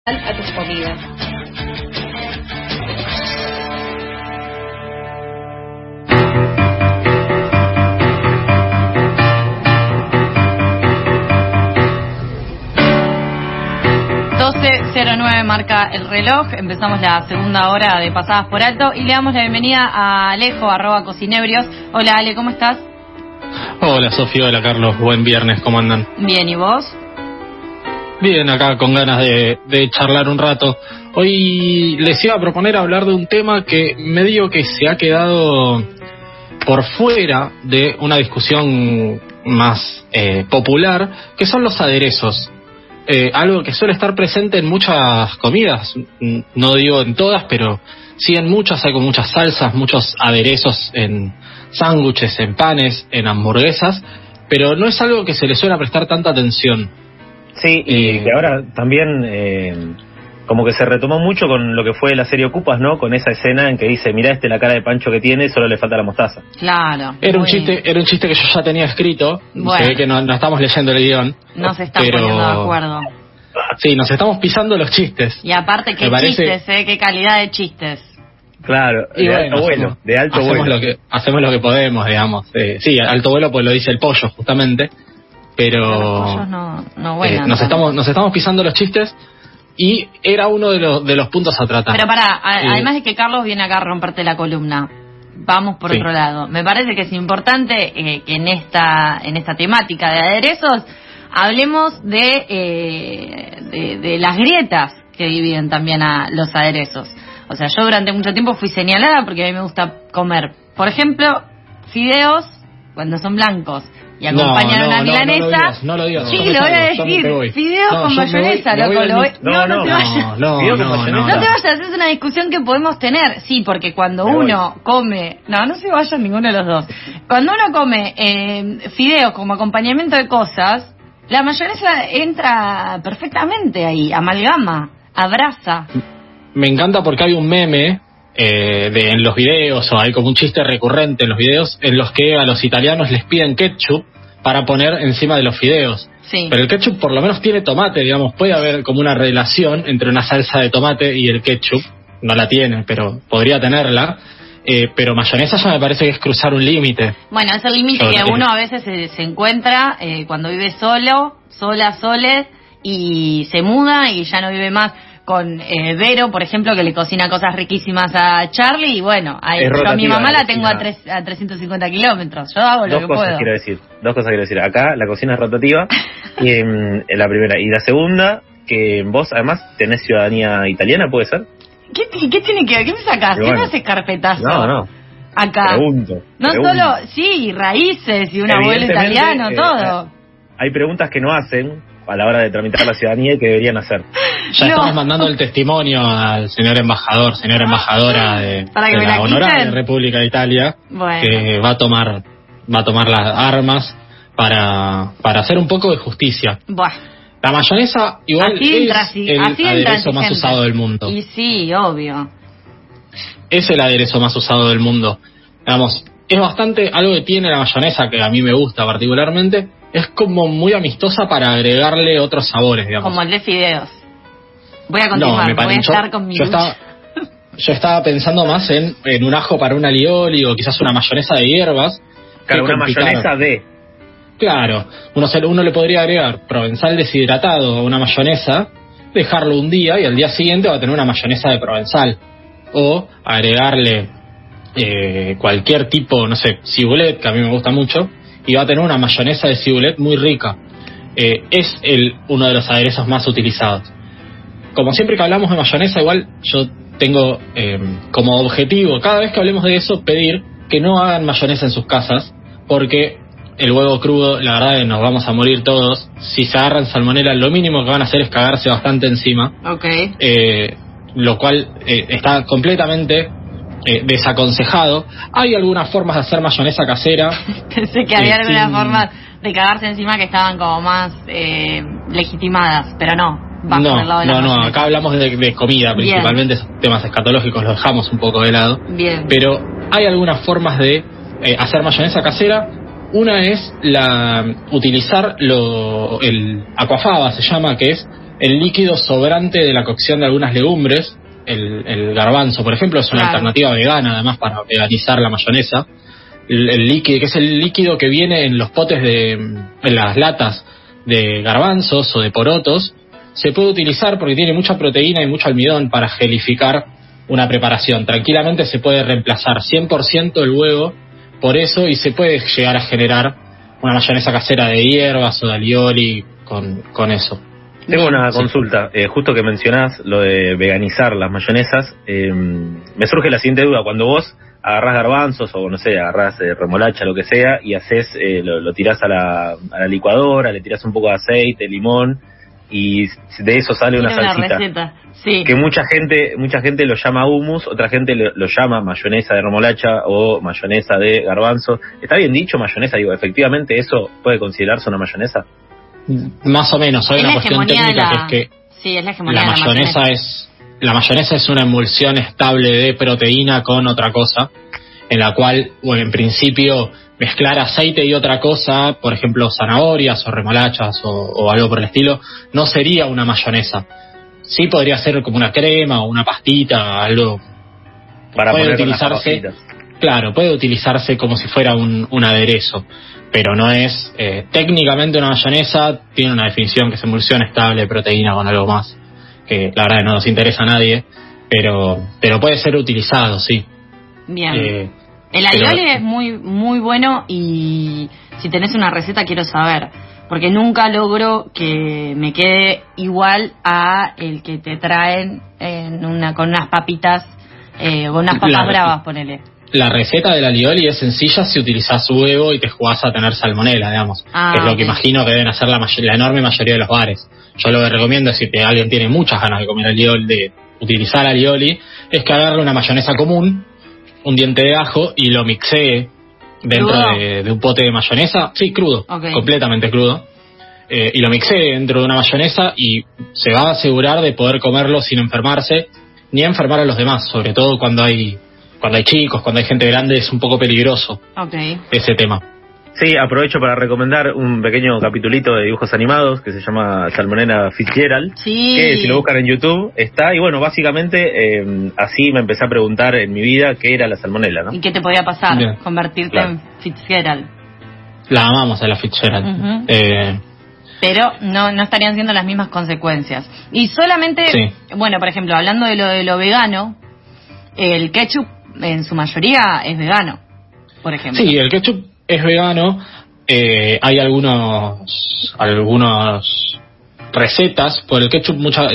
a tus comidas. .09 marca el reloj. Empezamos la segunda hora de Pasadas por Alto y le damos la bienvenida a Alejo, @cocinebrios. Hola Ale, ¿cómo estás? Hola Sofía, hola Carlos, buen viernes, ¿cómo andan? Bien, ¿y vos? Bien, acá con ganas de charlar un rato. Hoy les iba a proponer hablar de un tema que medio que se ha quedado por fuera de una discusión más popular, que son los aderezos. Algo que suele estar presente en muchas comidas, no digo en todas, pero sí en muchas. Hay con muchas salsas, muchos aderezos en sándwiches, en panes, en hamburguesas, pero no es algo que se le suele prestar tanta atención. Sí, y que ahora también como que se retomó mucho con lo que fue la serie Ocupas, ¿no? Con esa escena en que dice, mirá la cara de Pancho que tiene, solo le falta la mostaza. Claro. Era un chiste que yo ya tenía escrito. Bueno, se ve que no estamos leyendo el guión. No se están poniendo de acuerdo. Sí, nos estamos pisando los chistes. Y aparte, qué chistes, qué calidad de chistes. Claro, y de bueno, alto vuelo, de alto vuelo. Hacemos lo que podemos, digamos. Sí, alto vuelo pues lo dice el pollo, justamente. Pero los pollos no vuelan, nos estamos pisando los chistes. Y era uno de los puntos a tratar. Pero además de que Carlos viene acá a romperte la columna, vamos por otro lado. Me parece que es importante que en esta temática de aderezos hablemos de las grietas que dividen también a los aderezos. O sea, yo durante mucho tiempo fui señalada porque a mí me gusta comer, por ejemplo, fideos cuando son blancos y acompañar una milanesa. No lo digas. Sí, lo voy a decir. Fideos con mayonesa, loco. No te vayas. No te vayas, es una discusión que podemos tener. Sí, porque cuando uno come... No se vayan ninguno de los dos. Cuando uno come fideos como acompañamiento de cosas, la mayonesa entra perfectamente ahí, amalgama, abraza. Me encanta porque hay un meme en los videos, o hay como un chiste recurrente en los videos en los que a los italianos les piden ketchup para poner encima de los fideos. Sí. Pero el ketchup por lo menos tiene tomate, digamos, puede haber como una relación entre una salsa de tomate y el ketchup. No la tiene, pero podría tenerla. Pero mayonesa ya me parece que es cruzar un límite. Bueno, es el límite que uno a veces se encuentra cuando vive sole, y se muda y ya no vive más con Vero, por ejemplo, que le cocina cosas riquísimas a Charlie, y bueno, yo a mi mamá la tengo a 350 kilómetros, yo hago lo que puedo. Dos cosas quiero decir. Acá la cocina es rotativa, y la primera. Y la segunda, que vos además tenés ciudadanía italiana, ¿puede ser? ¿Qué tiene que ver? ¿Qué me sacás? ¿Qué me haces carpetazo? No. Acá. Pregunto. Solo, sí, raíces y un abuelo italiano, todo. Hay preguntas que no hacen a la hora de tramitar la ciudadanía y que deberían hacer. Ya estamos mandando el testimonio al señora embajadora de la honorable República de Italia, que va a tomar las armas para hacer un poco de justicia. Buah. La mayonesa igual es el aderezo más usado del mundo. Y sí, obvio. Es el aderezo más usado del mundo. Digamos, es bastante algo que tiene la mayonesa que a mí me gusta particularmente. Es como muy amistosa para agregarle otros sabores, digamos. Como el de fideos. Voy a continuar, voy a estar con mi yo estaba pensando más en un ajo para un alioli o quizás una mayonesa de hierbas. Claro, una mayonesa de... Claro, uno le podría agregar provenzal deshidratado a una mayonesa, dejarlo un día y al día siguiente va a tener una mayonesa de provenzal. O agregarle cualquier tipo, no sé, cibulet, que a mí me gusta mucho, y va a tener una mayonesa de cibulet muy rica. Es uno de los aderezos más utilizados. Como siempre que hablamos de mayonesa, igual yo tengo como objetivo, cada vez que hablemos de eso, pedir que no hagan mayonesa en sus casas, porque el huevo crudo, la verdad es que nos vamos a morir todos. Si se agarran salmonela, lo mínimo que van a hacer es cagarse bastante encima. Okay. Lo cual está completamente desaconsejado. Hay algunas formas de hacer mayonesa casera. Pensé que había algunas formas de cagarse encima que estaban como más legitimadas, pero no. No, acá hablamos de comida principalmente. Esos temas escatológicos los dejamos un poco de lado. Bien. Pero hay algunas formas de hacer mayonesa casera. Una es utilizar el aquafaba, se llama, que es el líquido sobrante de la cocción de algunas legumbres. El garbanzo, por ejemplo, es una alternativa vegana, además, para veganizar la mayonesa. El líquido, que es el líquido que viene en los potes en las latas de garbanzos o de porotos, se puede utilizar porque tiene mucha proteína y mucho almidón para gelificar una preparación. Tranquilamente se puede reemplazar 100% el huevo por eso, y se puede llegar a generar una mayonesa casera de hierbas o de alioli con eso. Tengo una consulta, justo que mencionás lo de veganizar las mayonesas, me surge la siguiente duda. Cuando vos agarrás garbanzos o no sé, agarrás remolacha, lo que sea, y haces, lo tirás a la licuadora, le tirás un poco de aceite, limón, y de eso sale una salsita. Receta. Sí. Que mucha gente lo llama hummus, otra gente lo llama mayonesa de remolacha o mayonesa de garbanzo. ¿Está bien dicho mayonesa? Digo, efectivamente, ¿eso puede considerarse una mayonesa? Más o menos, hay una cuestión técnica que es que sí, es la mayonesa es una emulsión estable de proteína con otra cosa, en la cual, bueno, en principio mezclar aceite y otra cosa, por ejemplo zanahorias o remolachas o algo por el estilo, no sería una mayonesa. Sí podría ser como una crema o una pastita, algo para puede utilizarse. Claro, puede utilizarse como si fuera un aderezo, pero no es técnicamente una mayonesa. Tiene una definición que es emulsión estable de proteína con algo más, que la verdad no nos interesa a nadie, pero puede ser utilizado, sí. Bien. El alioli es muy muy bueno, y si tenés una receta quiero saber, porque nunca logro que me quede igual a el que te traen con unas papitas, con unas papas bravas, ponele. La receta del alioli es sencilla si utilizás huevo y te jugás a tener salmonela, digamos, que es lo que imagino que deben hacer la enorme mayoría de los bares. Yo lo que recomiendo es, si alguien tiene muchas ganas de comer alioli, de utilizar alioli, es que agarre una mayonesa común, un diente de ajo, y lo mixee dentro de un pote de mayonesa. Sí, crudo, completamente crudo. Y lo mixee dentro de una mayonesa, y se va a asegurar de poder comerlo sin enfermarse, ni enfermar a los demás, sobre todo cuando hay chicos, cuando hay gente grande, es un poco peligroso ese tema. Sí, aprovecho para recomendar un pequeño capitulito de dibujos animados que se llama Salmonella Fitzgerald, que si lo buscan en YouTube está, y bueno, básicamente así me empecé a preguntar en mi vida qué era la salmonella, ¿no? ¿Y qué te podía pasar? Bien. Convertirte en Fitzgerald. La amamos a la Fitzgerald. Pero no estarían siendo las mismas consecuencias. Y solamente, bueno, por ejemplo, hablando de lo vegano, el ketchup en su mayoría es vegano, por ejemplo. Sí, el ketchup es vegano. Hay algunas recetas por el ketchup.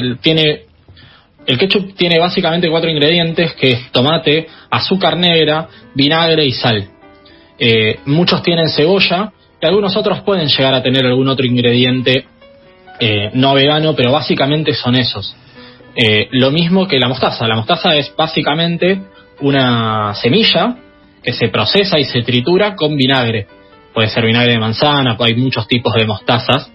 El ketchup tiene básicamente 4 ingredientes, que es tomate, azúcar negra, vinagre y sal. Muchos tienen cebolla, y algunos otros pueden llegar a tener algún otro ingrediente no vegano, pero básicamente son esos. Lo mismo que la mostaza. La mostaza es básicamente una semilla que se procesa y se tritura con vinagre. Puede ser vinagre de manzana, hay muchos tipos de mostazas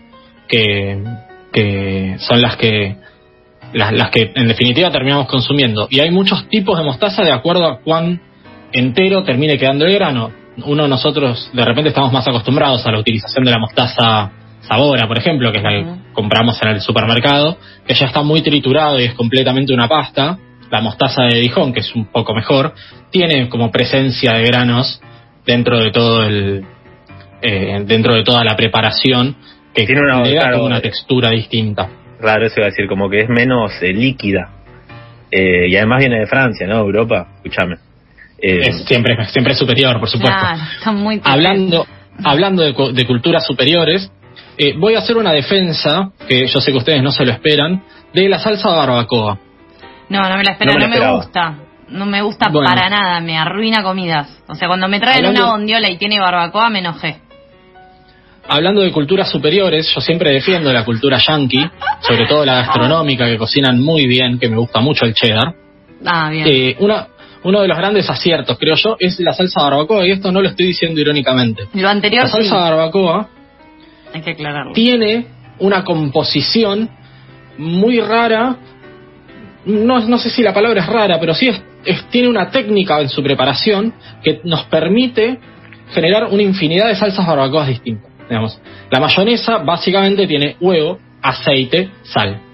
que son las que en definitiva terminamos consumiendo. Y hay muchos tipos de mostaza de acuerdo a cuán entero termine quedando el grano. Nosotros de repente estamos más acostumbrados a la utilización de la mostaza Sabora, por ejemplo, que es la que compramos en el supermercado, que ya está muy triturado y es completamente una pasta. La mostaza de Dijon, que es un poco mejor, tiene como presencia de granos dentro de todo dentro de toda la preparación, que tiene le da como una textura distinta. Claro, eso iba a decir, como que es menos líquida. Y además viene de Francia, ¿no? Europa, escúchame. Siempre es superior, por supuesto. Está muy hablando de culturas superiores, voy a hacer una defensa, que yo sé que ustedes no se lo esperan, de la salsa barbacoa. No me la espero, no me gusta. No me gusta para nada, me arruina comidas. O sea, cuando me traen una bondiola y tiene barbacoa, me enojé. Hablando de culturas superiores, yo siempre defiendo la cultura yankee, sobre todo la gastronómica, que cocinan muy bien, que me gusta mucho el cheddar. Bien. Uno de los grandes aciertos, creo yo, es la salsa barbacoa, y esto no lo estoy diciendo irónicamente. Lo anterior, la salsa barbacoa, hay que aclararlo, tiene una composición muy rara. No sé si la palabra es rara, pero sí tiene una técnica en su preparación que nos permite generar una infinidad de salsas barbacoas distintas. Digamos, la mayonesa básicamente tiene huevo, aceite, sal.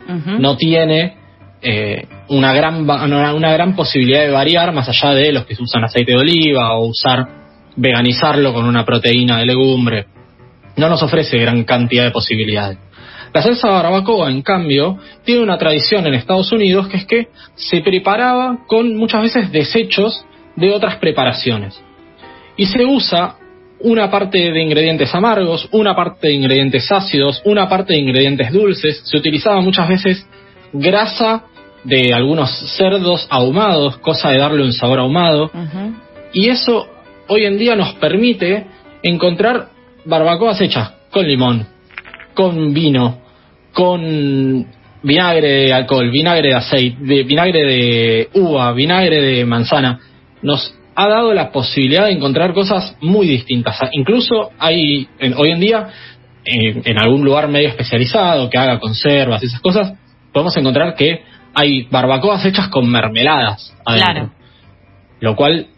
no tiene una gran posibilidad de variar más allá de los que usan aceite de oliva o veganizarlo con una proteína de legumbre. No nos ofrece gran cantidad de posibilidades. La salsa barbacoa, en cambio, tiene una tradición en Estados Unidos que es que se preparaba con muchas veces desechos de otras preparaciones. Y se usa una parte de ingredientes amargos, una parte de ingredientes ácidos, una parte de ingredientes dulces. Se utilizaba muchas veces grasa de algunos cerdos ahumados, cosa de darle un sabor ahumado. Y eso hoy en día nos permite encontrar barbacoas hechas con limón, con vino, con vinagre de alcohol, vinagre de aceite, vinagre de uva, vinagre de manzana. Nos ha dado la posibilidad de encontrar cosas muy distintas. Incluso hay, hoy en día, en algún lugar medio especializado que haga conservas y esas cosas, podemos encontrar que hay barbacoas hechas con mermeladas adentro. Claro. Lo cual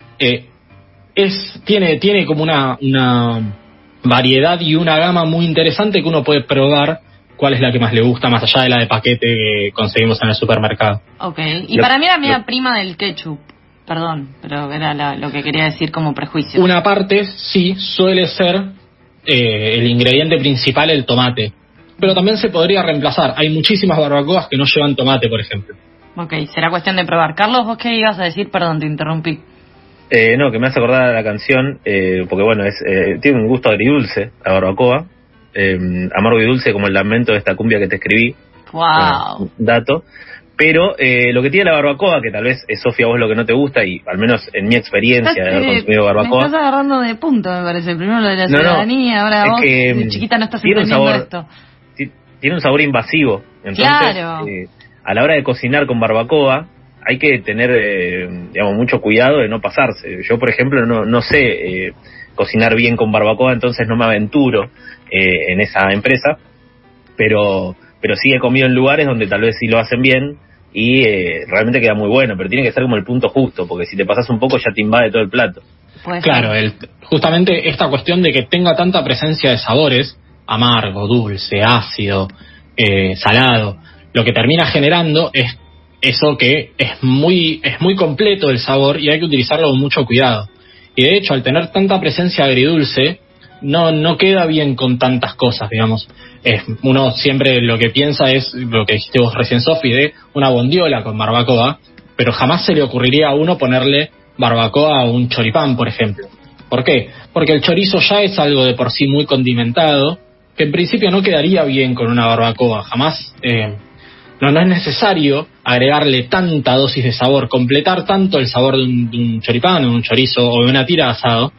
tiene como una variedad y una gama muy interesante que uno puede probar cuál es la que más le gusta, más allá de la de paquete que conseguimos en el supermercado. Okay. Y para mí era media prima del ketchup. Perdón, pero era lo que quería decir como prejuicio. Una parte sí suele ser el ingrediente principal, el tomate. Pero también se podría reemplazar. Hay muchísimas barbacoas que no llevan tomate, por ejemplo. Ok, será cuestión de probar. Carlos, ¿vos qué ibas a decir? Perdón, te interrumpí. No, que me hace acordar a la canción, porque bueno, tiene un gusto agridulce, la barbacoa. Amargo y dulce, como el lamento de esta cumbia que te escribí. Wow. Bueno, dato. Pero lo que tiene la barbacoa, que tal vez, Sofía, vos lo que no te gusta, y al menos en mi experiencia de haber consumido barbacoa... Me estás agarrando de punto, me parece. Primero lo de la ciudadanía, ahora vos, de chiquita, no estás entendiendo esto. Tiene un sabor invasivo. Entonces, claro. A la hora de cocinar con barbacoa, hay que tener, digamos, mucho cuidado de no pasarse. Yo, por ejemplo, no sé cocinar bien con barbacoa, entonces no me aventuro en esa empresa, pero sí he comido en lugares donde tal vez sí lo hacen bien y realmente queda muy bueno, pero tiene que ser como el punto justo, porque si te pasas un poco ya te invade todo el plato. Claro, justamente esta cuestión de que tenga tanta presencia de sabores, amargo, dulce, ácido, salado, lo que termina generando es eso, que es muy completo el sabor y hay que utilizarlo con mucho cuidado. Y de hecho, al tener tanta presencia agridulce, no queda bien con tantas cosas, digamos. Uno siempre lo que piensa es lo que dijiste vos recién, Sofi, de una bondiola con barbacoa, pero jamás se le ocurriría a uno ponerle barbacoa a un choripán, por ejemplo. ¿Por qué? Porque el chorizo ya es algo de por sí muy condimentado, que en principio no quedaría bien con una barbacoa. Jamás, no es necesario agregarle tanta dosis de sabor, completar tanto el sabor de un choripán, o un chorizo, o de una tira de asado,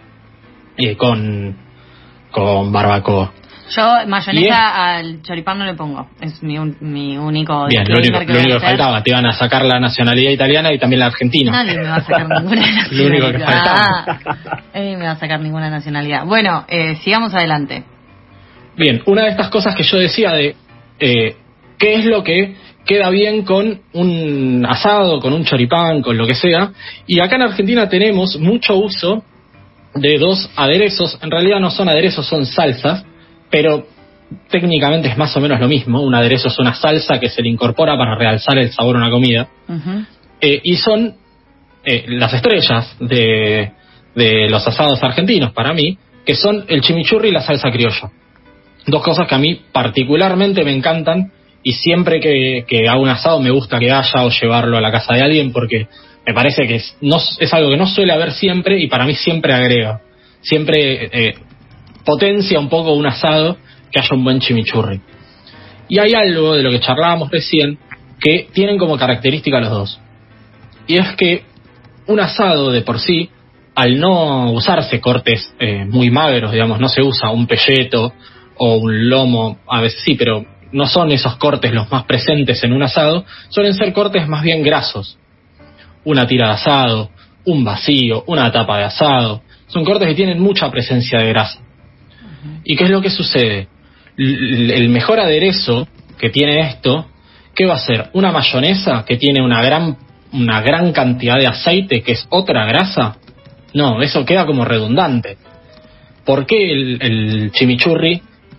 con barbacoa. Yo mayonesa al choripán no le pongo, es mi único... Bien, lo único que faltaba, te iban a sacar la nacionalidad italiana y también la argentina. Nadie me va a sacar ninguna nacionalidad. Lo único que faltaba. Nadie me va a sacar ninguna nacionalidad. Bueno, sigamos adelante. Bien, una de estas cosas que yo decía de qué es lo que queda bien con un asado, con un choripán, con lo que sea, y acá en Argentina tenemos mucho uso de dos aderezos. En realidad no son aderezos, son salsas, pero técnicamente es más o menos lo mismo. Un aderezo es una salsa que se le incorpora para realzar el sabor a una comida. Uh-huh. Y son las estrellas de los asados argentinos para mí, que son el chimichurri y la salsa criolla. Dos cosas que a mí particularmente me encantan, y siempre que hago un asado me gusta que haya, o llevarlo a la casa de alguien, porque me parece que es algo que no suele haber siempre, y para mí siempre agrega, siempre potencia un poco un asado que haya un buen chimichurri. Y hay algo de lo que charlábamos recién que tienen como característica los dos, y es que un asado de por sí, al no usarse cortes muy magros, digamos, no se usa un pelleto o un lomo, a veces sí, pero no son esos cortes los más presentes en un asado, suelen ser cortes más bien grasos. Una tira de asado, un vacío, una tapa de asado, son cortes que tienen mucha presencia de grasa. Uh-huh. ¿Y qué es lo que sucede? El mejor aderezo que tiene esto, ¿qué va a ser? ¿Una mayonesa que tiene una gran cantidad de aceite, que es otra grasa? No, eso queda como redundante. ¿Por qué el chimichurri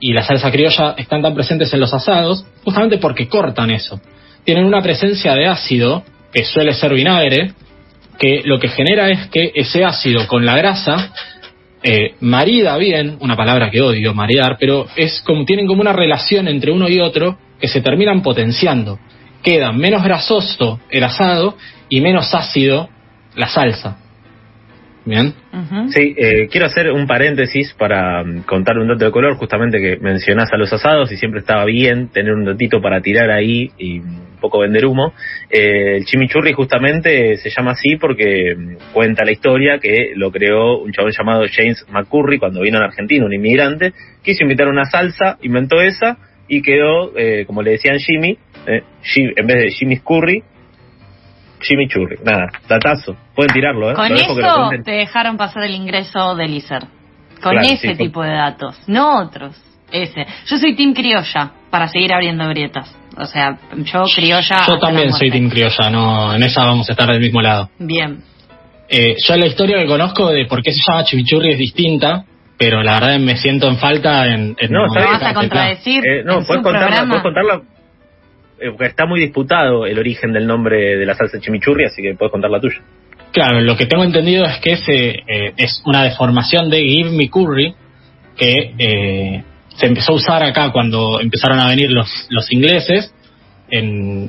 y la salsa criolla están tan presentes en los asados justamente porque cortan eso. Tienen una presencia de ácido, que suele ser vinagre, que lo que genera es que ese ácido con la grasa marida bien, una palabra que odio, maridar, pero tienen como una relación entre uno y otro que se terminan potenciando. Queda menos grasoso el asado y menos ácido la salsa. ¿Bien? Sí, quiero hacer un paréntesis para contar un dato de color, justamente que mencionás a los asados y siempre estaba bien tener un datito para tirar ahí y un poco vender humo. El chimichurri justamente se llama así porque cuenta la historia que lo creó un chabón llamado James McCurry cuando vino a la Argentina, un inmigrante, quiso inventar una salsa, inventó esa y quedó, como le decían Jimmy, en vez de Jimmy's Curry, chimichurri. Nada, datazo. Pueden tirarlo, Con eso te dejaron pasar el ingreso del ISER. Con ese tipo de datos, no otros. Yo soy team criolla, para seguir abriendo grietas. O sea, yo criolla... Yo también soy team criolla, no, en esa vamos a estar del mismo lado. Bien. Yo la historia que conozco de por qué se llama chimichurri es distinta, pero la verdad me siento en falta en no, ¿me vas a contradecir? No, puedes contarla, porque está muy disputado el origen del nombre de la salsa chimichurri, así que puedes contar la tuya. Claro, lo que tengo entendido es que es una deformación de Give Me Curry, que se empezó a usar acá cuando empezaron a venir los ingleses en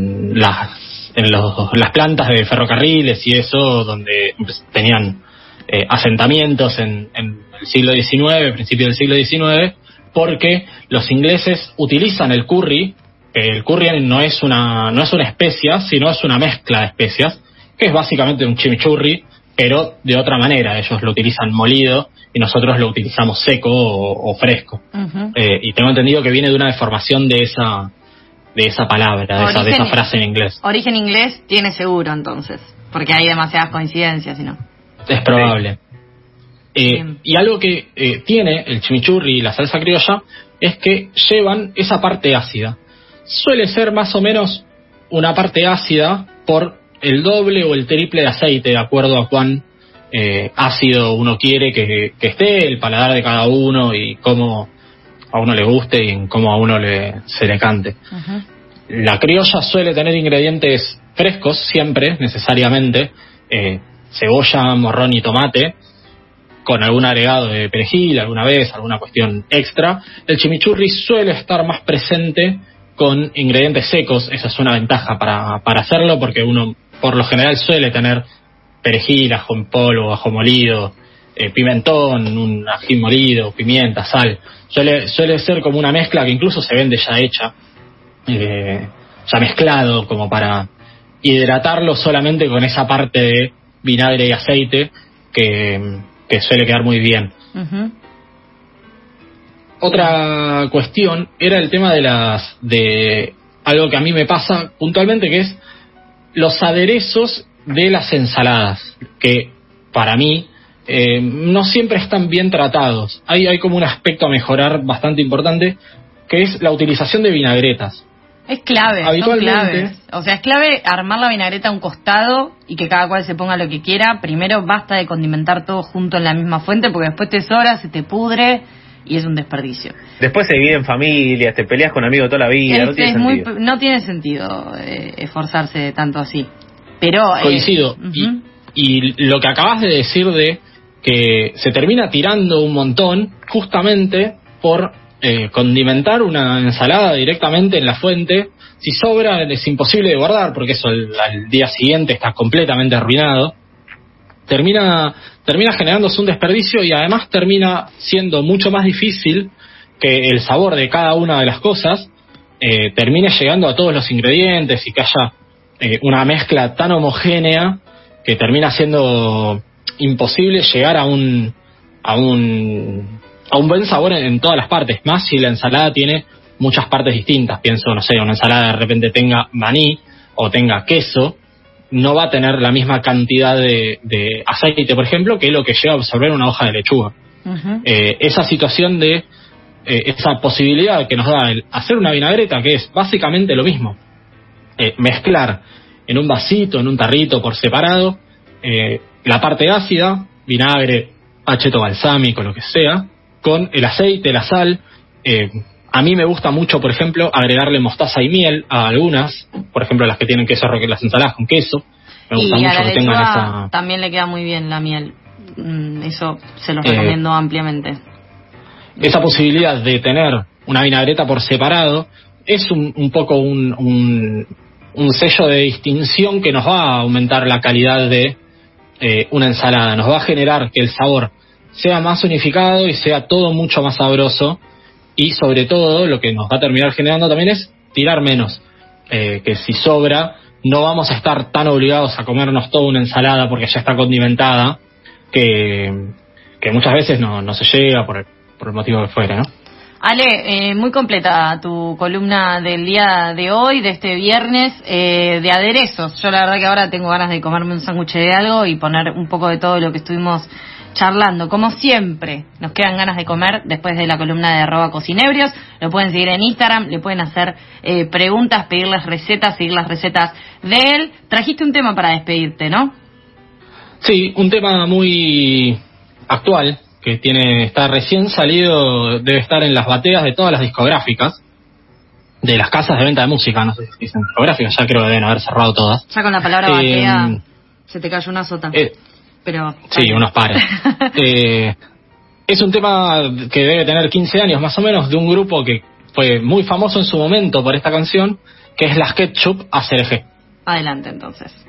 las plantas de ferrocarriles y eso, donde tenían asentamientos en el siglo XIX, principio del siglo XIX, porque los ingleses utilizan el curry. El curry no es una especia, sino es una mezcla de especias, que es básicamente un chimichurri, pero de otra manera. Ellos lo utilizan molido y nosotros lo utilizamos seco o fresco. Uh-huh. Y tengo entendido que viene de una deformación de esa palabra, de esa frase en inglés. Origen inglés tiene seguro, porque hay demasiadas coincidencias, si no. Es probable. Y algo que tiene el chimichurri y la salsa criolla es que llevan esa parte ácida. Suele ser más o menos una parte ácida por el doble o el triple de aceite, de acuerdo a cuán ácido uno quiere que esté, el paladar de cada uno y cómo a uno le guste y en cómo a uno se le cante. Uh-huh. La criolla suele tener ingredientes frescos siempre, necesariamente, cebolla, morrón y tomate, con algún agregado de perejil, alguna vez, alguna cuestión extra. El chimichurri suele estar más presente con ingredientes secos. Esa es una ventaja para hacerlo, porque uno por lo general suele tener perejil, ajo en polvo, ajo molido, pimentón, un ají molido, pimienta, sal. Suele ser como una mezcla que incluso se vende ya hecha, ya mezclado, como para hidratarlo solamente con esa parte de vinagre y aceite que suele quedar muy bien. Uh-huh. Otra cuestión era el tema de algo que a mí me pasa puntualmente, que es los aderezos de las ensaladas, que para mí no siempre están bien tratados. Hay como un aspecto a mejorar bastante importante, que es la utilización de vinagretas. Es clave, habitualmente, son claves. O sea, es clave armar la vinagreta a un costado y que cada cual se ponga lo que quiera. Primero basta de condimentar todo junto en la misma fuente, porque después te sobra, se te pudre y es un desperdicio. Después se divide en familias, te peleas con amigos toda la vida, no tiene sentido. No tiene sentido esforzarse tanto así. Pero coincido. Uh-huh. Y lo que acabas de decir de que se termina tirando un montón justamente por condimentar una ensalada directamente en la fuente. Si sobra es imposible de guardar, porque eso al día siguiente está completamente arruinado. Termina generándose un desperdicio y además termina siendo mucho más difícil que el sabor de cada una de las cosas termine llegando a todos los ingredientes y que haya una mezcla tan homogénea que termina siendo imposible llegar a un buen sabor en todas las partes, más si la ensalada tiene muchas partes distintas. Pienso, no sé, una ensalada de repente tenga maní o tenga queso, no va a tener la misma cantidad de aceite, por ejemplo, que lo que lleva a absorber una hoja de lechuga. Uh-huh. Esa situación de esa posibilidad que nos da el hacer una vinagreta, que es básicamente lo mismo, mezclar en un vasito, en un tarrito por separado, la parte ácida, vinagre, acheto balsámico, lo que sea, con el aceite, la sal A mí me gusta mucho, por ejemplo, agregarle mostaza y miel a algunas, por ejemplo las que tienen queso, las ensaladas con queso. Me gusta y mucho a la que tengan esa... también le queda muy bien la miel. Eso se los recomiendo ampliamente. Esa posibilidad de tener una vinagreta por separado es un poco un sello de distinción que nos va a aumentar la calidad de una ensalada. Nos va a generar que el sabor sea más unificado y sea todo mucho más sabroso. Y sobre todo lo que nos va a terminar generando también es tirar menos. Que si sobra, no vamos a estar tan obligados a comernos toda una ensalada porque ya está condimentada, que muchas veces no se llega por el motivo que fuera, ¿no? Ale, muy completa tu columna del día de hoy, de este viernes, de aderezos. Yo la verdad que ahora tengo ganas de comerme un sándwich de algo y poner un poco de todo lo que estuvimos charlando. Como siempre, nos quedan ganas de comer después de la columna de @cocinebrios. Lo pueden seguir en Instagram, le pueden hacer preguntas, pedirles recetas, seguir las recetas de él. Trajiste un tema para despedirte, ¿no? Sí, un tema muy actual, que está recién salido, debe estar en las bateas de todas las discográficas, de las casas de venta de música, no sé si dicen discográficas, ya creo que deben haber cerrado todas. Ya con la palabra batea se te cayó una sota. Pero sí, unos pares. Es un tema que debe tener 15 años más o menos, de un grupo que fue muy famoso en su momento por esta canción, que es Las Ketchup A.C.G. Adelante entonces.